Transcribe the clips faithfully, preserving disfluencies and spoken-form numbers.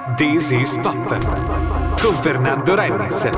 This is Pop con Fernando Rennis.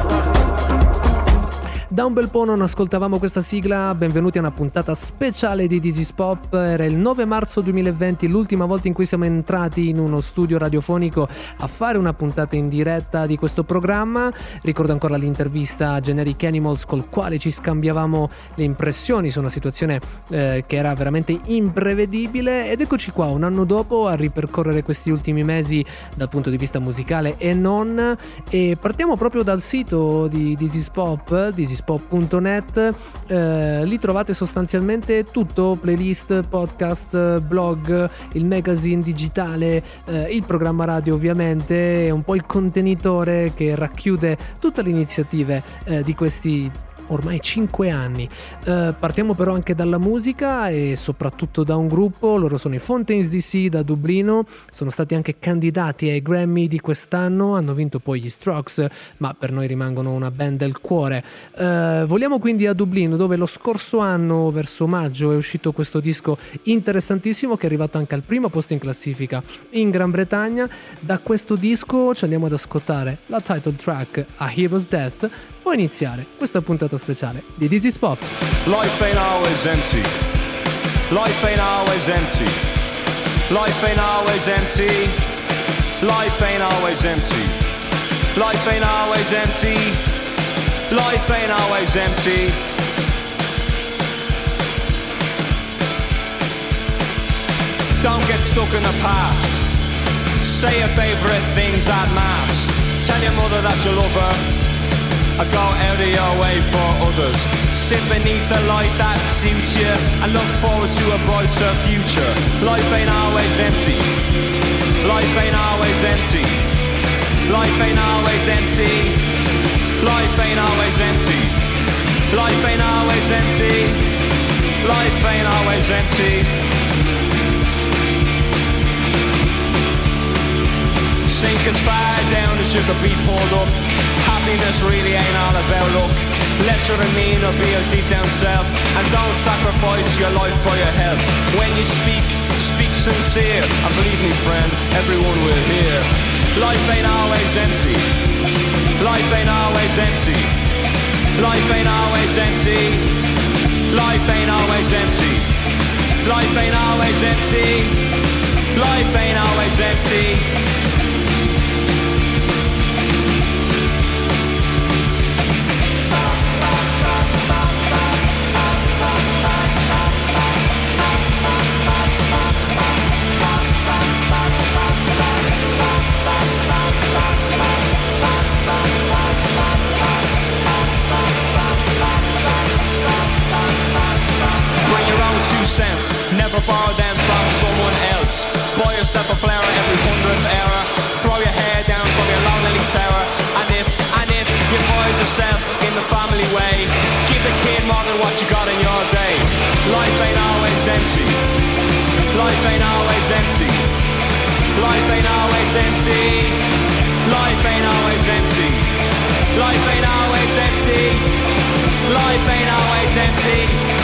Da un bel po' non ascoltavamo questa sigla, benvenuti a una puntata speciale di This is Pop. Era il nove marzo duemilaventi, l'ultima volta in cui siamo entrati in uno studio radiofonico a fare una puntata in diretta di questo programma. Ricordo ancora l'intervista a Generic Animals col quale ci scambiavamo le impressioni su una situazione eh, che era veramente imprevedibile, ed eccoci qua un anno dopo a ripercorrere questi ultimi mesi dal punto di vista musicale e non, e partiamo proprio dal sito di This is Pop, this is pop punto net. Eh, lì trovate sostanzialmente tutto: playlist, podcast, blog, il magazine digitale, eh, il programma radio ovviamente, un po' il contenitore che racchiude tutte le iniziative eh, di questi ormai cinque anni. Uh, partiamo però anche dalla musica e soprattutto da un gruppo. Loro sono i Fontaines D C da Dublino, sono stati anche candidati ai Grammy di quest'anno, hanno vinto poi gli Strokes, ma per noi rimangono una band del cuore. Uh, voliamo quindi a Dublino, dove lo scorso anno, verso maggio, è uscito questo disco interessantissimo che è arrivato anche al primo posto in classifica in Gran Bretagna. Da questo disco ci andiamo ad ascoltare la title track, A Hero's Death. Può iniziare questa puntata speciale di This is Pop. Life ain't always empty. Life ain't always empty. Life ain't always empty. Life ain't always empty. Life ain't always empty. Life ain't always empty. Don't get stuck in the past. Say your favorite things at mass. Tell your mother that you love her. I go out of your way for others. Sit beneath a light that suits you and look forward to a brighter future. Life ain't always empty. Life ain't always empty. Life ain't always empty. Life ain't always empty. Life ain't always empty. Life ain't always empty. Sink as far down as you could be pulled up. Happiness really ain't all about luck. Let your demeanor be your deep down self, and don't sacrifice your life for your health. When you speak, speak sincere, and believe me friend, everyone will hear. Life ain't always empty. Life ain't always empty. Life ain't always empty. Life ain't always empty. Life ain't always empty. Life ain't always empty. Cents. Never borrow them from someone else. Buy yourself a flower every hundredth hour. Throw your hair down from your lonely tower. And if, and if you find yourself in the family way, give the kid more than what you got in your day. Life ain't always empty. Life ain't always empty. Life ain't always empty. Life ain't always empty. Life ain't always empty. Life ain't always empty.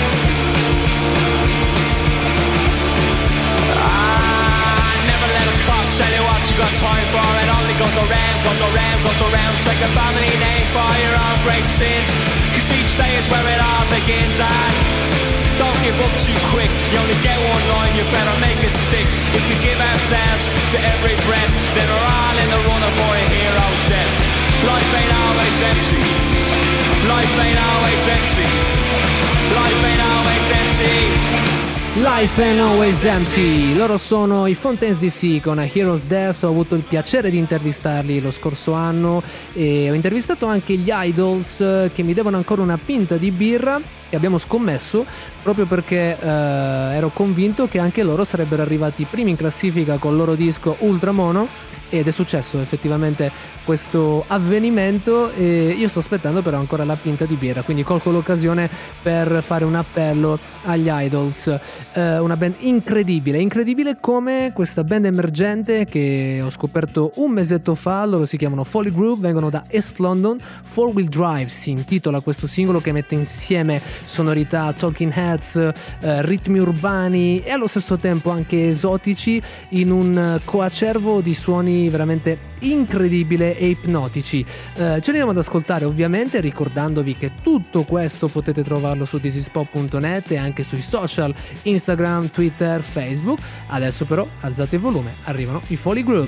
Tell you what you got time for. It only goes around, goes around, goes around. Take a family name for your own great sins, cause each day is where it all begins. And don't give up too quick. You only get one line, you better make it stick. If we give ourselves to every breath, then we're all in the running for a hero's death. Life ain't always empty. Life ain't always empty. Life ain't always empty. Life ain't always empty. Loro sono i Fontaines D C con A Hero's Death. Ho avuto il piacere di intervistarli lo scorso anno e ho intervistato anche gli Idols, che mi devono ancora una pinta di birra, e abbiamo scommesso proprio perché eh, ero convinto che anche loro sarebbero arrivati primi in classifica col loro disco Ultramono, ed è successo effettivamente questo avvenimento, e io sto aspettando però ancora la pinta di birra, quindi colgo l'occasione per fare un appello agli Idols. Eh, una band incredibile, incredibile come questa band emergente che ho scoperto un mesetto fa. Loro si chiamano Folly Groove, vengono da East London. Four Wheel Drive si intitola questo singolo, che mette insieme sonorità Talking Heads, eh, ritmi urbani e allo stesso tempo anche esotici, in un coacervo di suoni suoni veramente incredibili e ipnotici. Eh, ci andiamo ad ascoltare ovviamente, ricordandovi che tutto questo potete trovarlo su this is pop punto net e anche sui social Instagram, Twitter, Facebook. Adesso però alzate il volume, arrivano i Foley Group.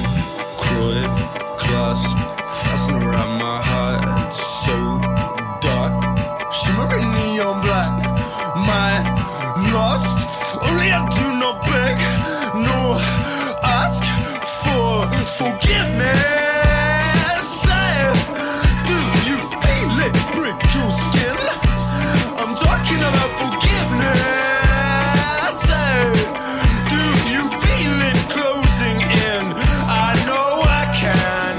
Clasp, fasten around my heart, so dark, shimmering neon black, my lost, only I do not beg, no, ask for forgiveness, say, do you feel it break your skin, I'm talking about forgiveness, say, do you feel it closing in, I know I can.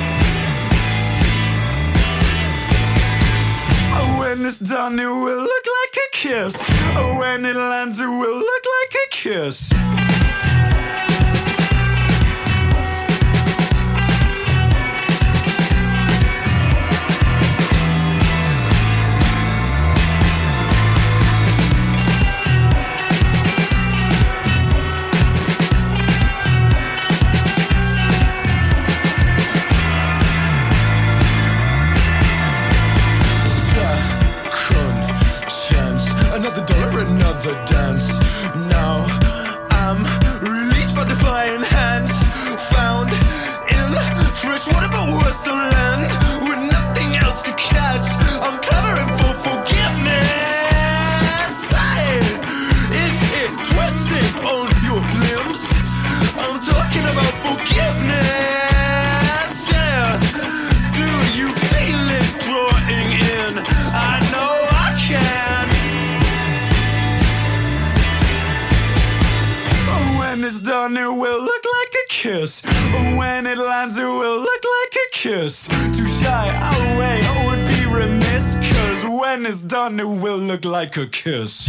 When it's done, it will look like a kiss. When it lands, it will look like a kiss. Another dollar, another dance. Now I'm released by divine hands, found in fresh water but worse on land, with nothing else to catch. I'm clamouring for forgiveness. Hey, is it twisting on your limbs? I'm talking about forgiveness. Yeah, do you feel it drawing in? I know I can. When it's done, it will look like a kiss. When it lands, it will look like a kiss. Too shy away, I would be remiss, cause when it's done, it will look like a kiss.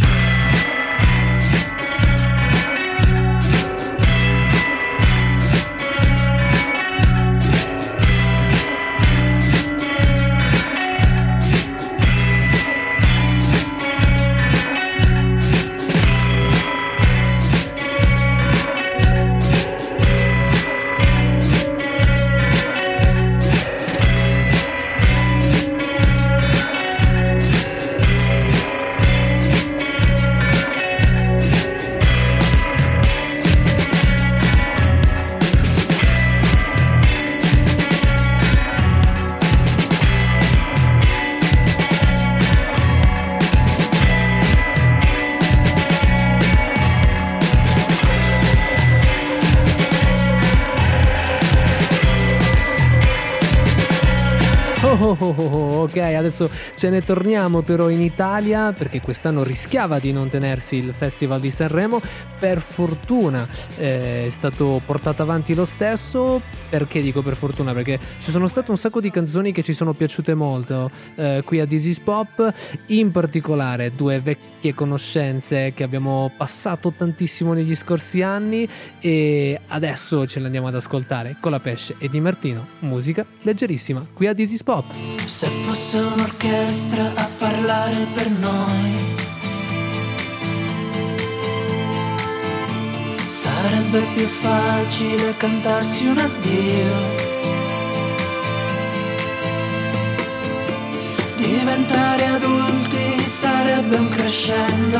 Oh, oh, oh, ok, adesso ce ne torniamo però in Italia, perché quest'anno rischiava di non tenersi il Festival di Sanremo. Per fortuna eh, è stato portato avanti lo stesso. Perché dico per fortuna? Perché ci sono state un sacco di canzoni che ci sono piaciute molto eh, qui a This is Pop, in particolare due vecchie conoscenze che abbiamo passato tantissimo negli scorsi anni, e adesso ce le andiamo ad ascoltare. Colapesce e Di Martino, musica leggerissima qui a This is Pop. Se fosse un'orchestra a parlare per noi, sarebbe più facile cantarsi un addio. Diventare adulti sarebbe un crescendo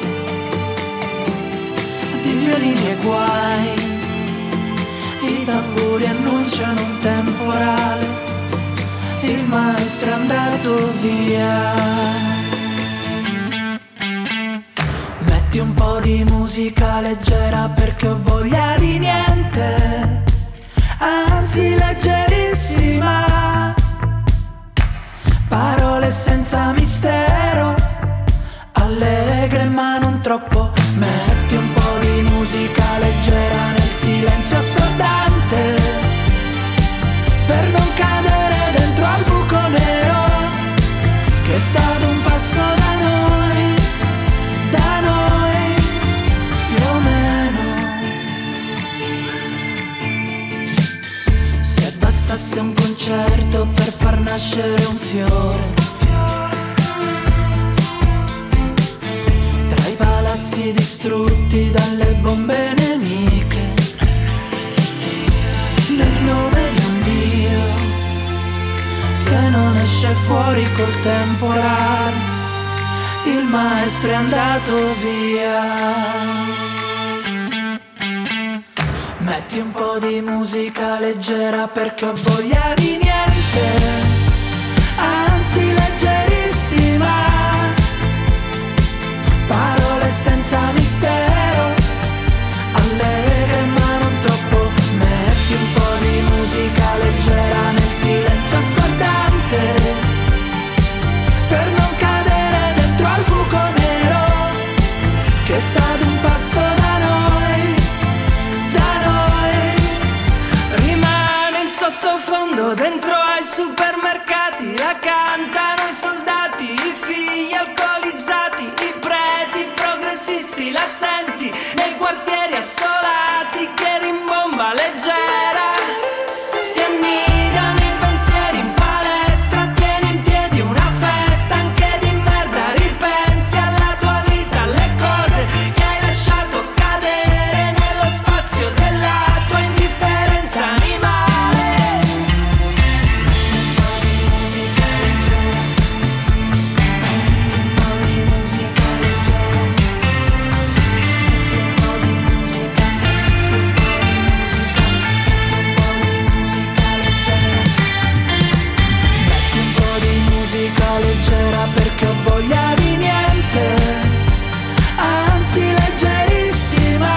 di violini e guai. I tamburi annunciano un temporale, il maestro è andato via. Metti un po' di musica leggera perché ho voglia di niente, anzi leggerissima. Parole senza mistero, allegre ma non troppo. Metti un po' di musica leggera nel silenzio assordante, per non cadere dentro al buco nero che è stato un passo da noi, da noi più o meno. Se bastasse un concerto per far nascere un fiore, tra i palazzi distrutti dalle bombe nemiche, fuori col temporale, il maestro è andato via. Metti un po' di musica leggera perché ho voglia di niente, anzi leggerissima, parole senza mistero, allegre ma non troppo. Metti un po' di musica leggera nel silenzio assordante, per non cadere dentro al buco nero che sta ad un passo da noi, da noi. Rimane in sottofondo dentro ai supermercati, la cantano i soldati, i figli alcolizzati, i preti progressisti, la senti nei quartieri assolati che rimbomba leggera. Si annidano i pensieri in palestra, tieni in piedi una festa anche di merda, ripensi alla tua vita, alle cose che hai lasciato cadere nello spazio della tua indifferenza animale. Metti un po' di musica leggera, metti un po' di musica leggera, metti un po' di musica, metti un po' di musica, metti un po' di musica leggera. Metti un po' di musica leggera perché ho voglia di niente, anzi leggerissima,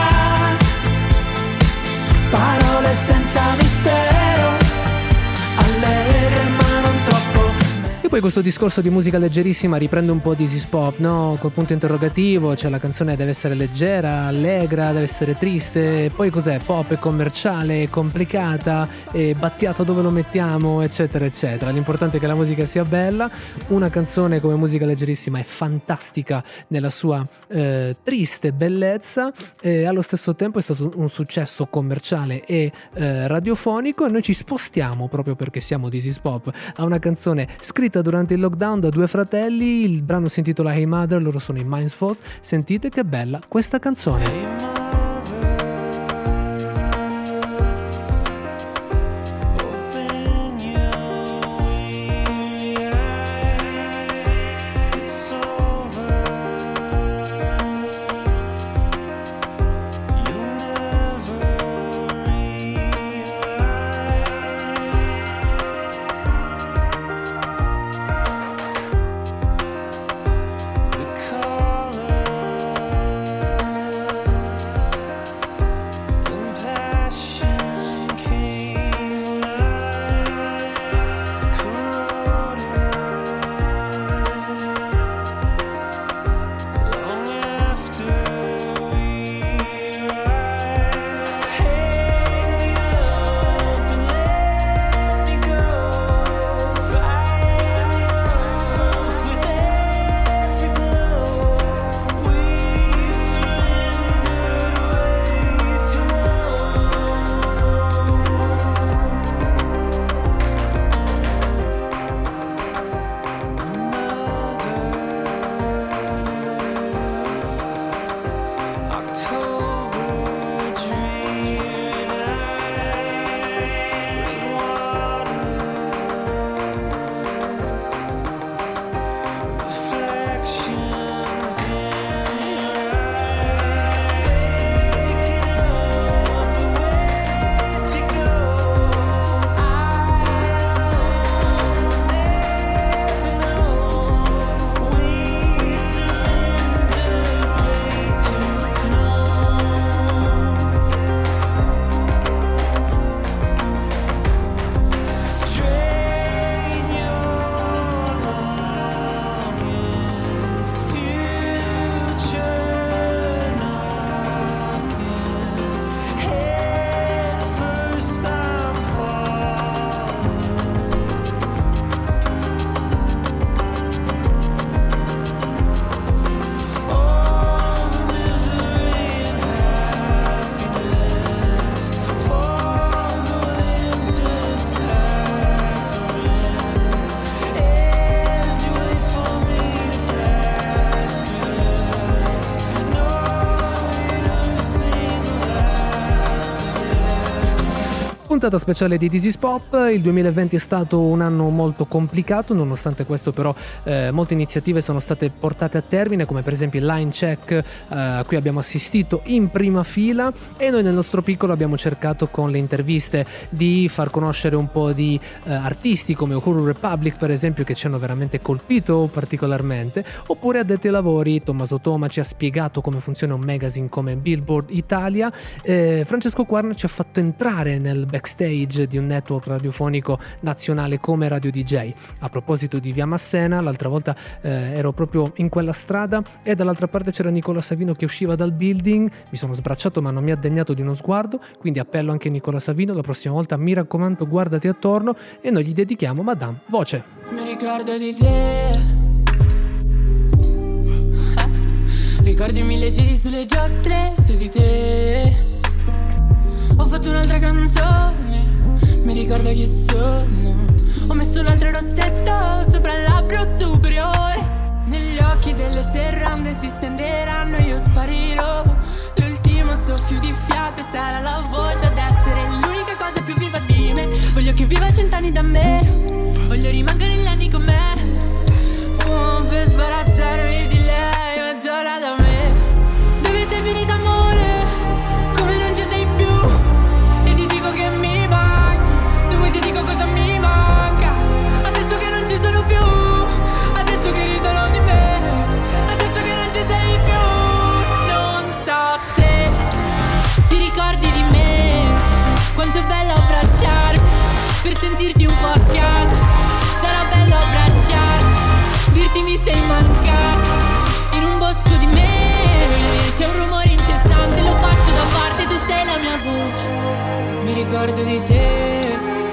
parole senza mistero, allegre ma non troppo. E poi questo discorso di musica leggerissima riprende un po' di Easy Pop, no? Col punto interrogativo, cioè la canzone deve essere leggera, allegra, deve essere triste, poi cos'è? Pop, è commerciale, è complicata, è battiato dove lo mettiamo, eccetera eccetera. L'importante è che la musica sia bella. Una canzone come musica leggerissima è fantastica nella sua eh, triste bellezza, e allo stesso tempo è stato un successo commerciale e eh, radiofonico, e noi ci spostiamo, proprio perché siamo di Easy Pop, a una canzone scritta durante il lockdown da due fratelli. Il brano si intitola Hey Mother, loro sono i Mindsfalls. Sentite che bella questa canzone. The color Puntata speciale di This Is Pop. Il duemilaventi è stato un anno molto complicato, nonostante questo però eh, molte iniziative sono state portate a termine, come per esempio il Line Check eh, a cui abbiamo assistito in prima fila, e noi nel nostro piccolo abbiamo cercato con le interviste di far conoscere un po' di eh, artisti come Uhuru Republic per esempio, che ci hanno veramente colpito particolarmente, oppure addetti ai lavori. Tommaso Toma ci ha spiegato come funziona un magazine come Billboard Italia, eh, Francesco Quarna ci ha fatto entrare nel backstage di un network radiofonico nazionale come Radio D J. A proposito di Via Massena, l'altra volta eh, ero proprio in quella strada e dall'altra parte c'era Nicola Savino che usciva dal building. Mi sono sbracciato ma non mi ha degnato di uno sguardo, quindi appello anche a Nicola Savino: la prossima volta mi raccomando guardati attorno, e noi gli dedichiamo Madame Voce. Mi ricordo di te, ricordi mille giri sulle giostre su di te. Ho fatto un'altra canzone, mi ricordo chi sono. Ho messo un altro rossetto sopra il labbro superiore. Negli occhi delle serrande si stenderanno e io sparirò. L'ultimo soffio di fiato sarà la voce ad essere l'unica cosa più viva di me. Voglio che viva cent'anni da me, voglio rimanere negli anni con me. Fumo per sbarazzarmi di lei, ma giora da me. Dove sei finita amore? Come non ci sei più? E ti dico che mi manchi, se vuoi ti dico cosa mi manca. Adesso che non ci sono più, adesso che ridono di me, adesso che non ci sei più. Non so se ti ricordi di me, quanto è bello abbracciarmi per sentirti un po' a casa. Sarà bello abbracciarti, dirti mi sei mancata. In un bosco di me c'è un rumore incessante, lo faccio da parte, tu sei la mia voce. Mi ricordo di te,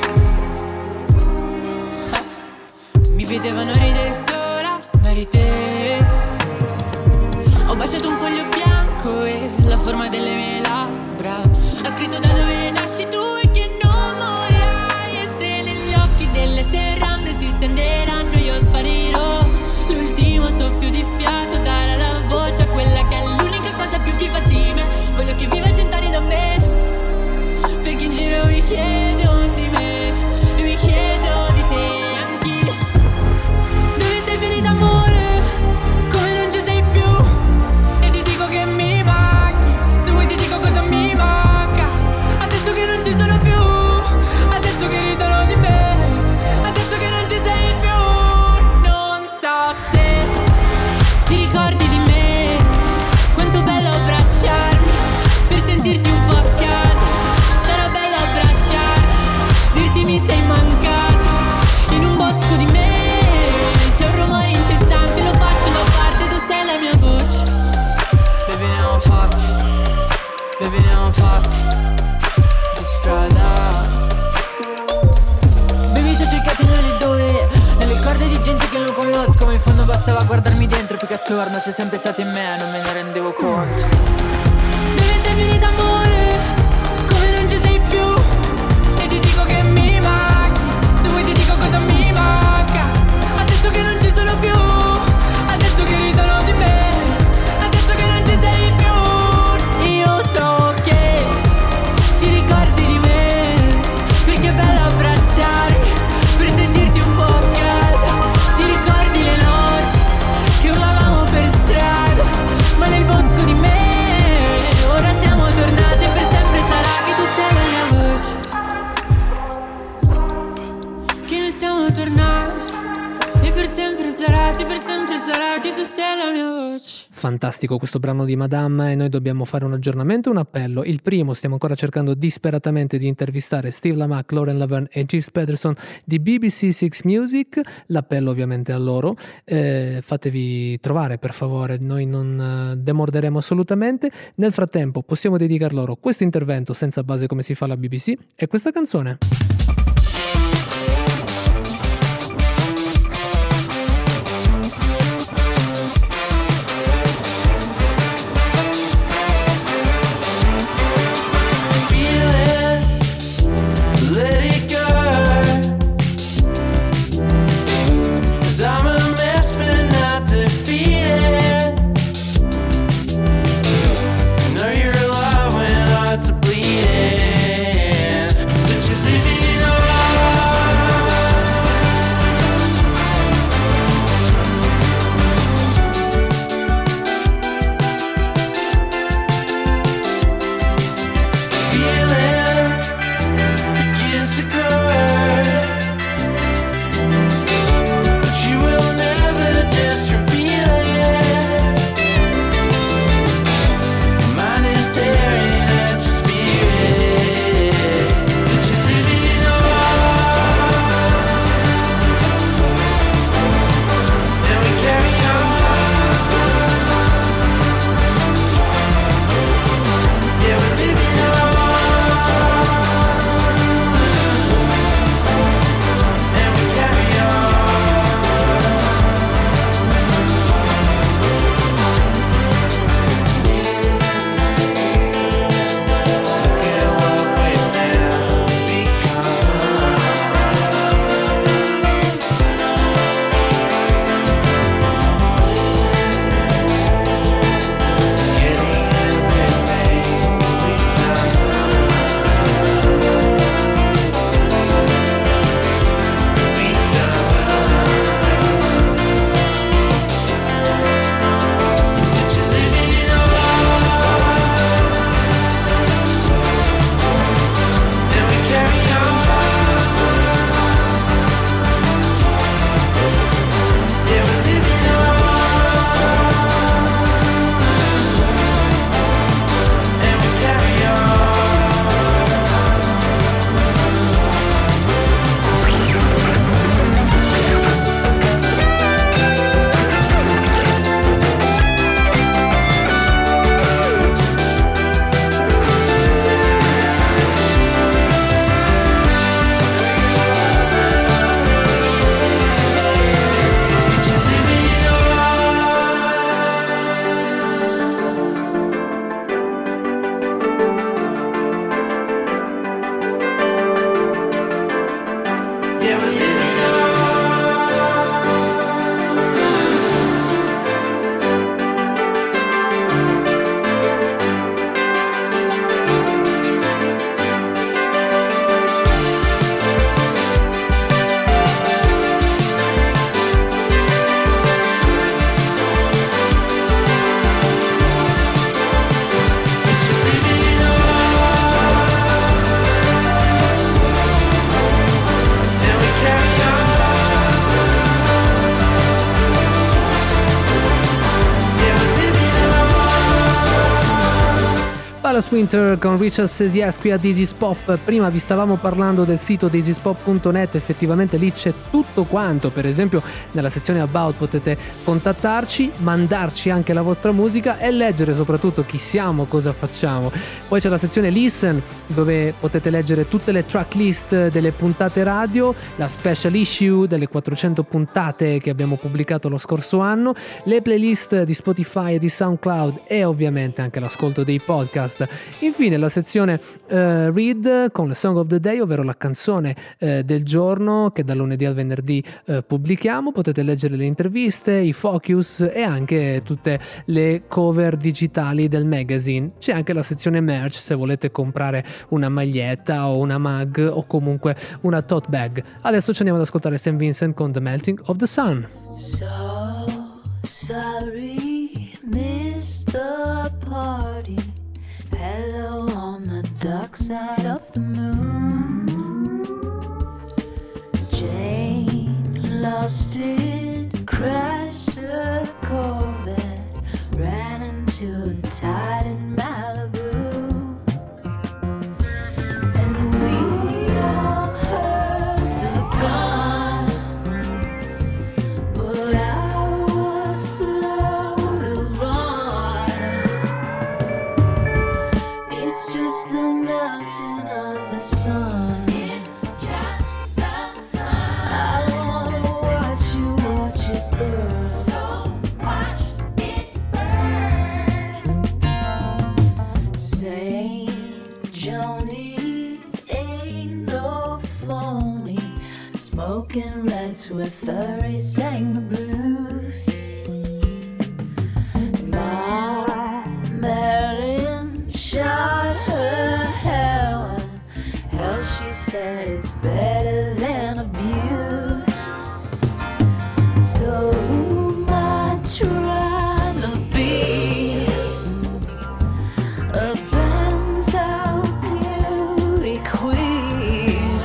mi vedevano ridere sola, ma eri te. Ho baciato un foglio bianco e la forma delle mie labbra ha scritto da dove nasci tu e che non morirai. E se negli occhi delle serrande si stenderanno io sparirò. L'ultimo soffio di fiato darà la voce a quella che è l'unica cosa più viva di me. Voglio che viva cent'anni da me, perché in giro mi chiedo di me e mi chiedo di te anch'io. Dove sei finita amore? Come non ci sei più? E ti dico che mi manchi, se vuoi ti dico cosa mi manca. Adesso che non ci sono più, adesso che ridono di me, adesso che non ci sei più. Non so se ti ricordi di me, quanto bello abbracciarmi per sentirti un po' a casa. Sarà bello abbracciarti, dirti mi sei mancata. In un bosco di me c'è un rumore incessante, lo faccio da parte, tu sei la mia voce. Baby ne ho fatti, baby ne ho fatti di strada. Baby ti ho cercato in ogni dove, nelle corde di gente che non conosco, ma in fondo bastava guardarmi dentro più che attorno. Sei sempre stato in me, non me ne rendevo conto. Dove sei finita amore? Come non ci sei più? E ti dico che mi manchi, se vuoi ti dico cosa mi manca. Adesso che non ci sono più, adesso che ridono di me, adesso che non ci sei più. Io so che ti ricordi di me, perché è bello abbracciarmi per sentirti un po' a casa. Ti ricordi le notti che urlavamo per strada, ma nel bosco di me ora siamo tornate. Per sempre sarà che tu sei la mia voce, che noi siamo tornati. E per sempre sarà, sì per sempre sarà che tu sei la mia voce. Fantastico questo brano di Madame, e noi dobbiamo fare un aggiornamento e un appello. Il primo, stiamo ancora cercando disperatamente di intervistare Steve Lamacq, Lauren Laverne e Gilles Peterson di B B C Six Music. L'appello ovviamente a loro, eh, fatevi trovare per favore, noi non eh, demorderemo assolutamente. Nel frattempo possiamo dedicar loro questo intervento senza base come si fa alla B B C e questa canzone. Know you're alive when hearts are bleeding, but you Yeah, we're living on. Palace Winter con Richard Says Yes qui a Daisy's Pop. Prima vi stavamo parlando del sito daisys pop punto net, effettivamente lì c'è tutto quanto, per esempio nella sezione About potete contattarci, mandarci anche la vostra musica e leggere soprattutto chi siamo, cosa facciamo. Poi c'è la sezione Listen dove potete leggere tutte le tracklist delle puntate radio, la special issue delle quattrocento puntate che abbiamo pubblicato lo scorso anno, le playlist di Spotify e di SoundCloud e ovviamente anche l'ascolto dei podcast. Infine la sezione uh, Read con le Song of the Day, ovvero la canzone uh, del giorno che dal lunedì al venerdì uh, pubblichiamo. Potete leggere le interviste, i focus e anche tutte le cover digitali del magazine. C'è anche la sezione merch se volete comprare una maglietta o una mug o comunque una tote bag. Adesso ci andiamo ad ascoltare Saint Vincent con The Melting of the Sun. So sorry, missed the party. Hello on the dark side of the moon. Jane lost it, crashed a Corvette, ran into the tide in Malibu. And we all heard the gun, but I was slow to run. It's just the melting of the sun. It's just the sun. I wanna watch you, watch it burn. So watch it burn. Saint Joni ain't no phony. Smoking reds where furry sang the blues. My Marilyn shot her heroin. Hell, she said it's better than abuse. So who am I trying to be? A benzo beauty queen.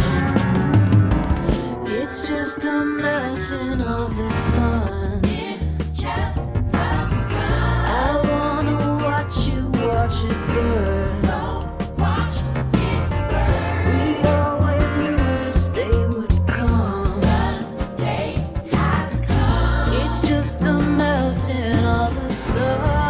It's just the melting of the sun. It's just the sun. I wanna watch you, watch it burn. So watch it burn. We always knew this day would come. The day has come. It's just the melting of the sun.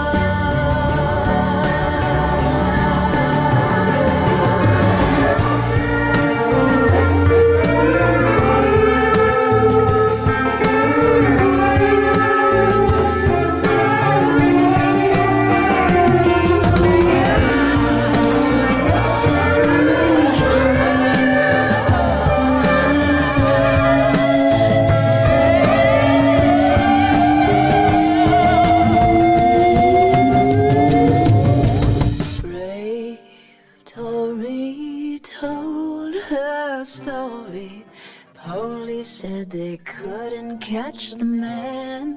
Brave Tori told her story. Police said they couldn't catch the man.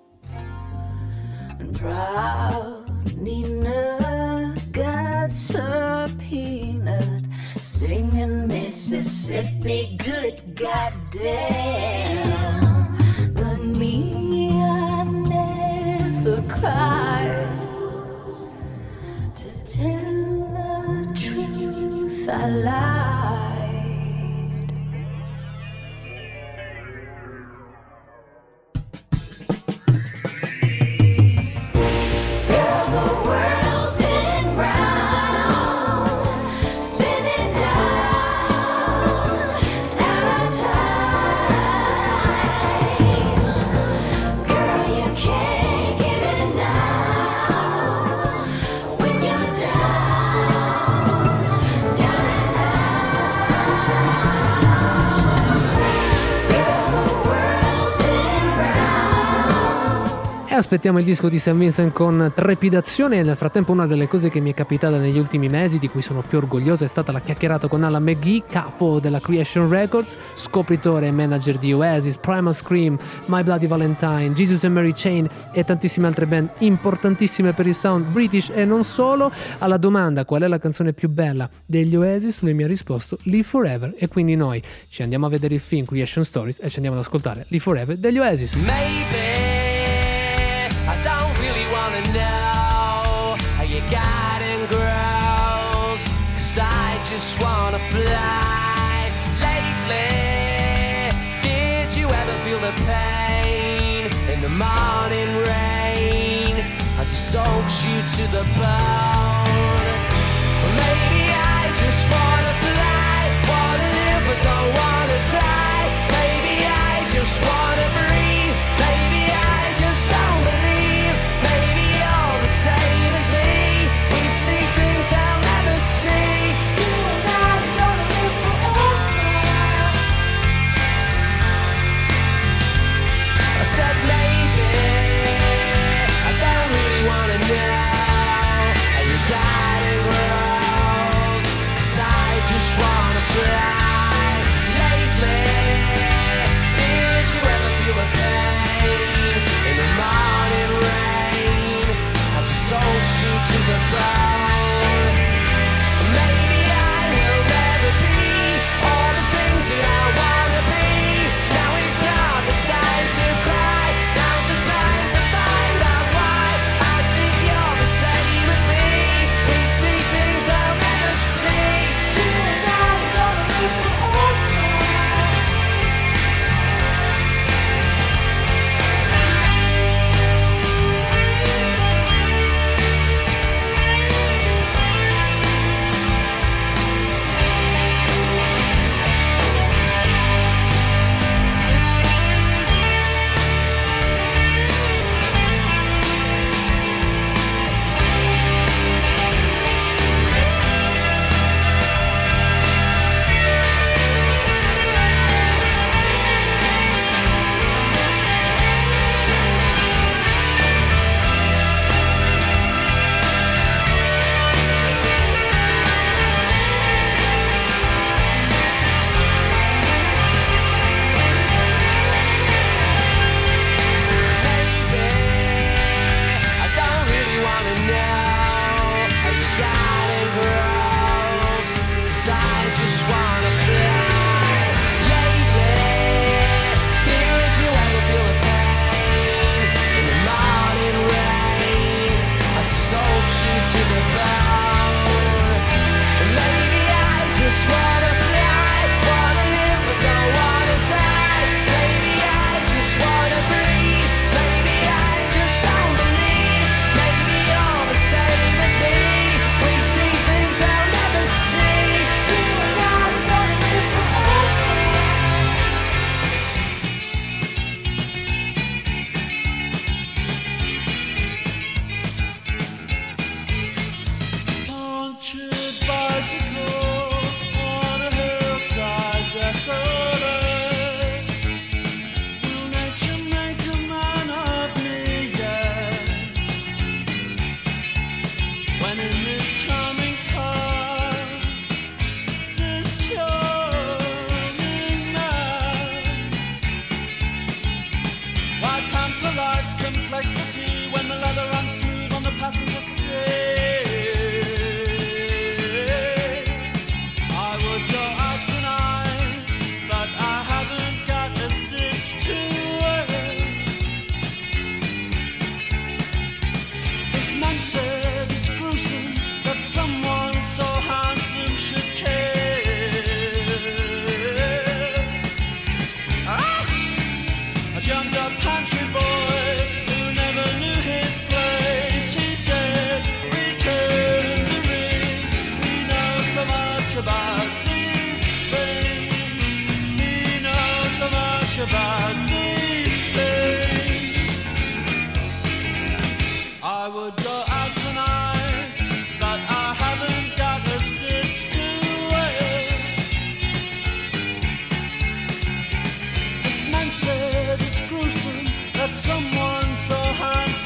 And proud Nina got subpoenaed, singing Mississippi good goddamn. But me, I never cried. To tell the truth, I lied. Girl, the world's spinning round, spinning down, out of time. Girl, you can't give it now. When you're down, down and out. aspettiamo il disco di Saint Vincent con trepidazione. Nel frattempo una delle cose che mi è capitata negli ultimi mesi, di cui sono più orgoglioso, è stata la chiacchierata con Alan McGee, capo della Creation Records, scopritore e manager di Oasis, Primal Scream, My Bloody Valentine, Jesus and Mary Chain e tantissime altre band importantissime per il sound british e non solo. Alla domanda qual è la canzone più bella degli Oasis, lui mi ha risposto Live Forever, e quindi noi ci andiamo a vedere il film Creation Stories e ci andiamo ad ascoltare Live Forever degli Oasis. Maybe I don't really wanna know how your garden grows, 'cause I just wanna fly. Lately, did you ever feel the pain in the morning rain as it soaks you to the bone? Well, maybe I just wanna fly, wanna live but don't wanna die. Maybe I just wanna breathe, maybe I just don't believe. Maybe you're the same as me, we see things I'll never see. You and I are gonna live forever. I said maybe I don't really wanna know how you got it grows, 'cause I just wanna fly. Lately, did you ever feel the pain in the morning rain as it soaks you to the bone? Maybe I will never be all the things that I wanna be. Now is not the time to cry, now's the time to find out why. I think you're the same as me, we see things I'll never see. You and I are gonna live forever. I don't really wanna know how you got it grows, 'cause I just wanna fly. Lately, did you ever feel the pain in the morning rain as it soaks you to the bone? Maybe I just wanna fly, wanna live but don't wanna die. Maybe I just wanna breathe, maybe I just don't believe. Maybe you're the same as me, we see things I'll never see. You and I are gonna live forever. Punctured bicycle on a hillside desolate. Will nature make a man of me yet? When in this charming car, this charming man, why pamper life's complexity when the leather runs smooth on the passenger seat? I would go out tonight, but I haven't got a stitch to wear. This man said it's gruesome that someone so handsome should care. Ah! A jammed up country boy who never knew his place. He said, return the ring. He knows so much about these things. He knows so much about these things. I would go out tonight, but I haven't got a stitch to wear. This man said it's gruesome that someone so handsome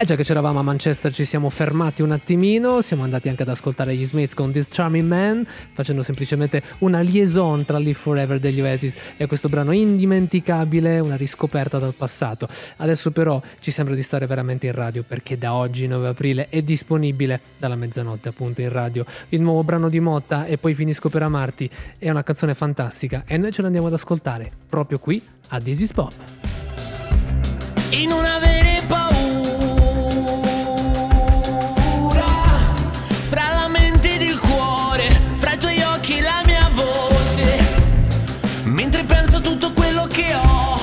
già che c'eravamo a Manchester ci siamo fermati un attimino, siamo andati anche ad ascoltare gli Smiths con This Charming Man, facendo semplicemente una liaison tra Live Forever degli Oasis e questo brano indimenticabile, una riscoperta dal passato. Adesso però ci sembra di stare veramente in radio, perché da oggi nove aprile è disponibile dalla mezzanotte appunto in radio il nuovo brano di Motta, E poi finisco per amarti. È una canzone fantastica e noi ce l'andiamo ad ascoltare proprio qui a This Is Pop. In una vera paura, fra la mente ed il cuore, fra i tuoi occhi e la mia voce, mentre penso a tutto quello che ho,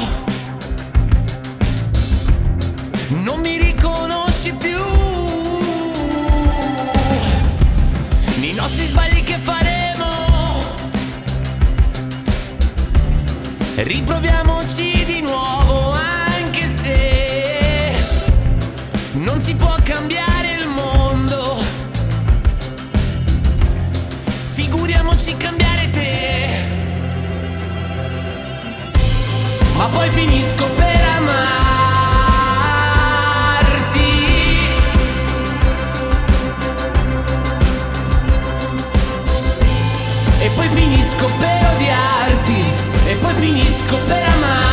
non mi riconosci più, nei nostri sbagli che faremo, riproviamoci di nuovo. Non si può cambiare il mondo, figuriamoci cambiare te. Ma poi finisco per amarti, e poi finisco per odiarti, e poi finisco per amarti.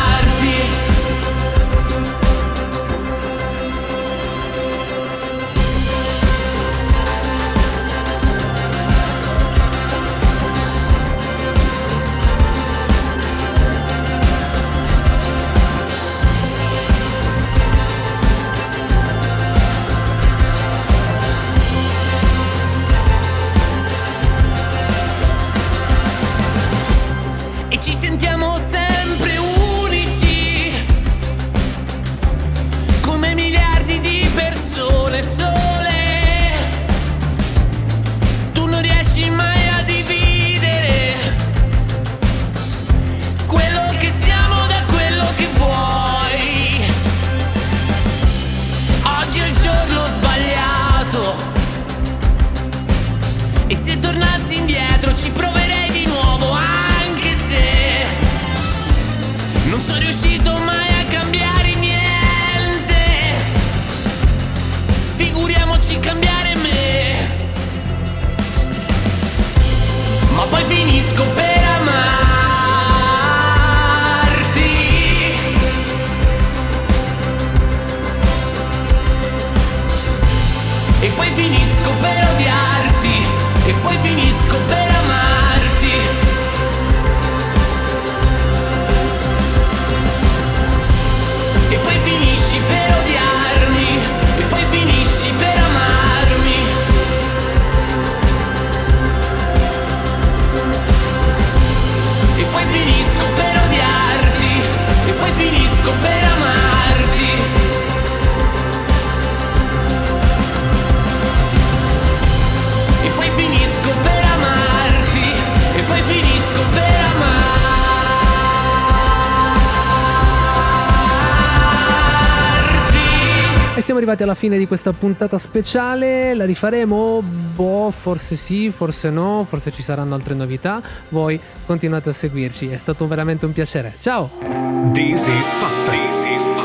Ci sentiamo sempre unici, come miliardi di persone sole. Tu non riesci mai a dividere quello che siamo da quello che vuoi. Oggi è il giorno sbagliato, e se tornassi indietro ci proverei di nuovo. Non sono riuscito mai a cambiare niente, figuriamoci cambiare me. Ma poi finisco per amarti, e poi finisco per odiarti, e poi finisco per amarti. E poi finisci per odiarmi, e poi finisci per amarmi. E poi finisco per odiarti, e poi finisco per amarti. E poi finisco per amarti, e poi finisco per amarti. E siamo arrivati alla fine di questa puntata speciale. La rifaremo? Boh, forse sì, forse no, forse ci saranno altre novità. Voi continuate a seguirci, è stato veramente un piacere. Ciao! This is Pop. This is Pop.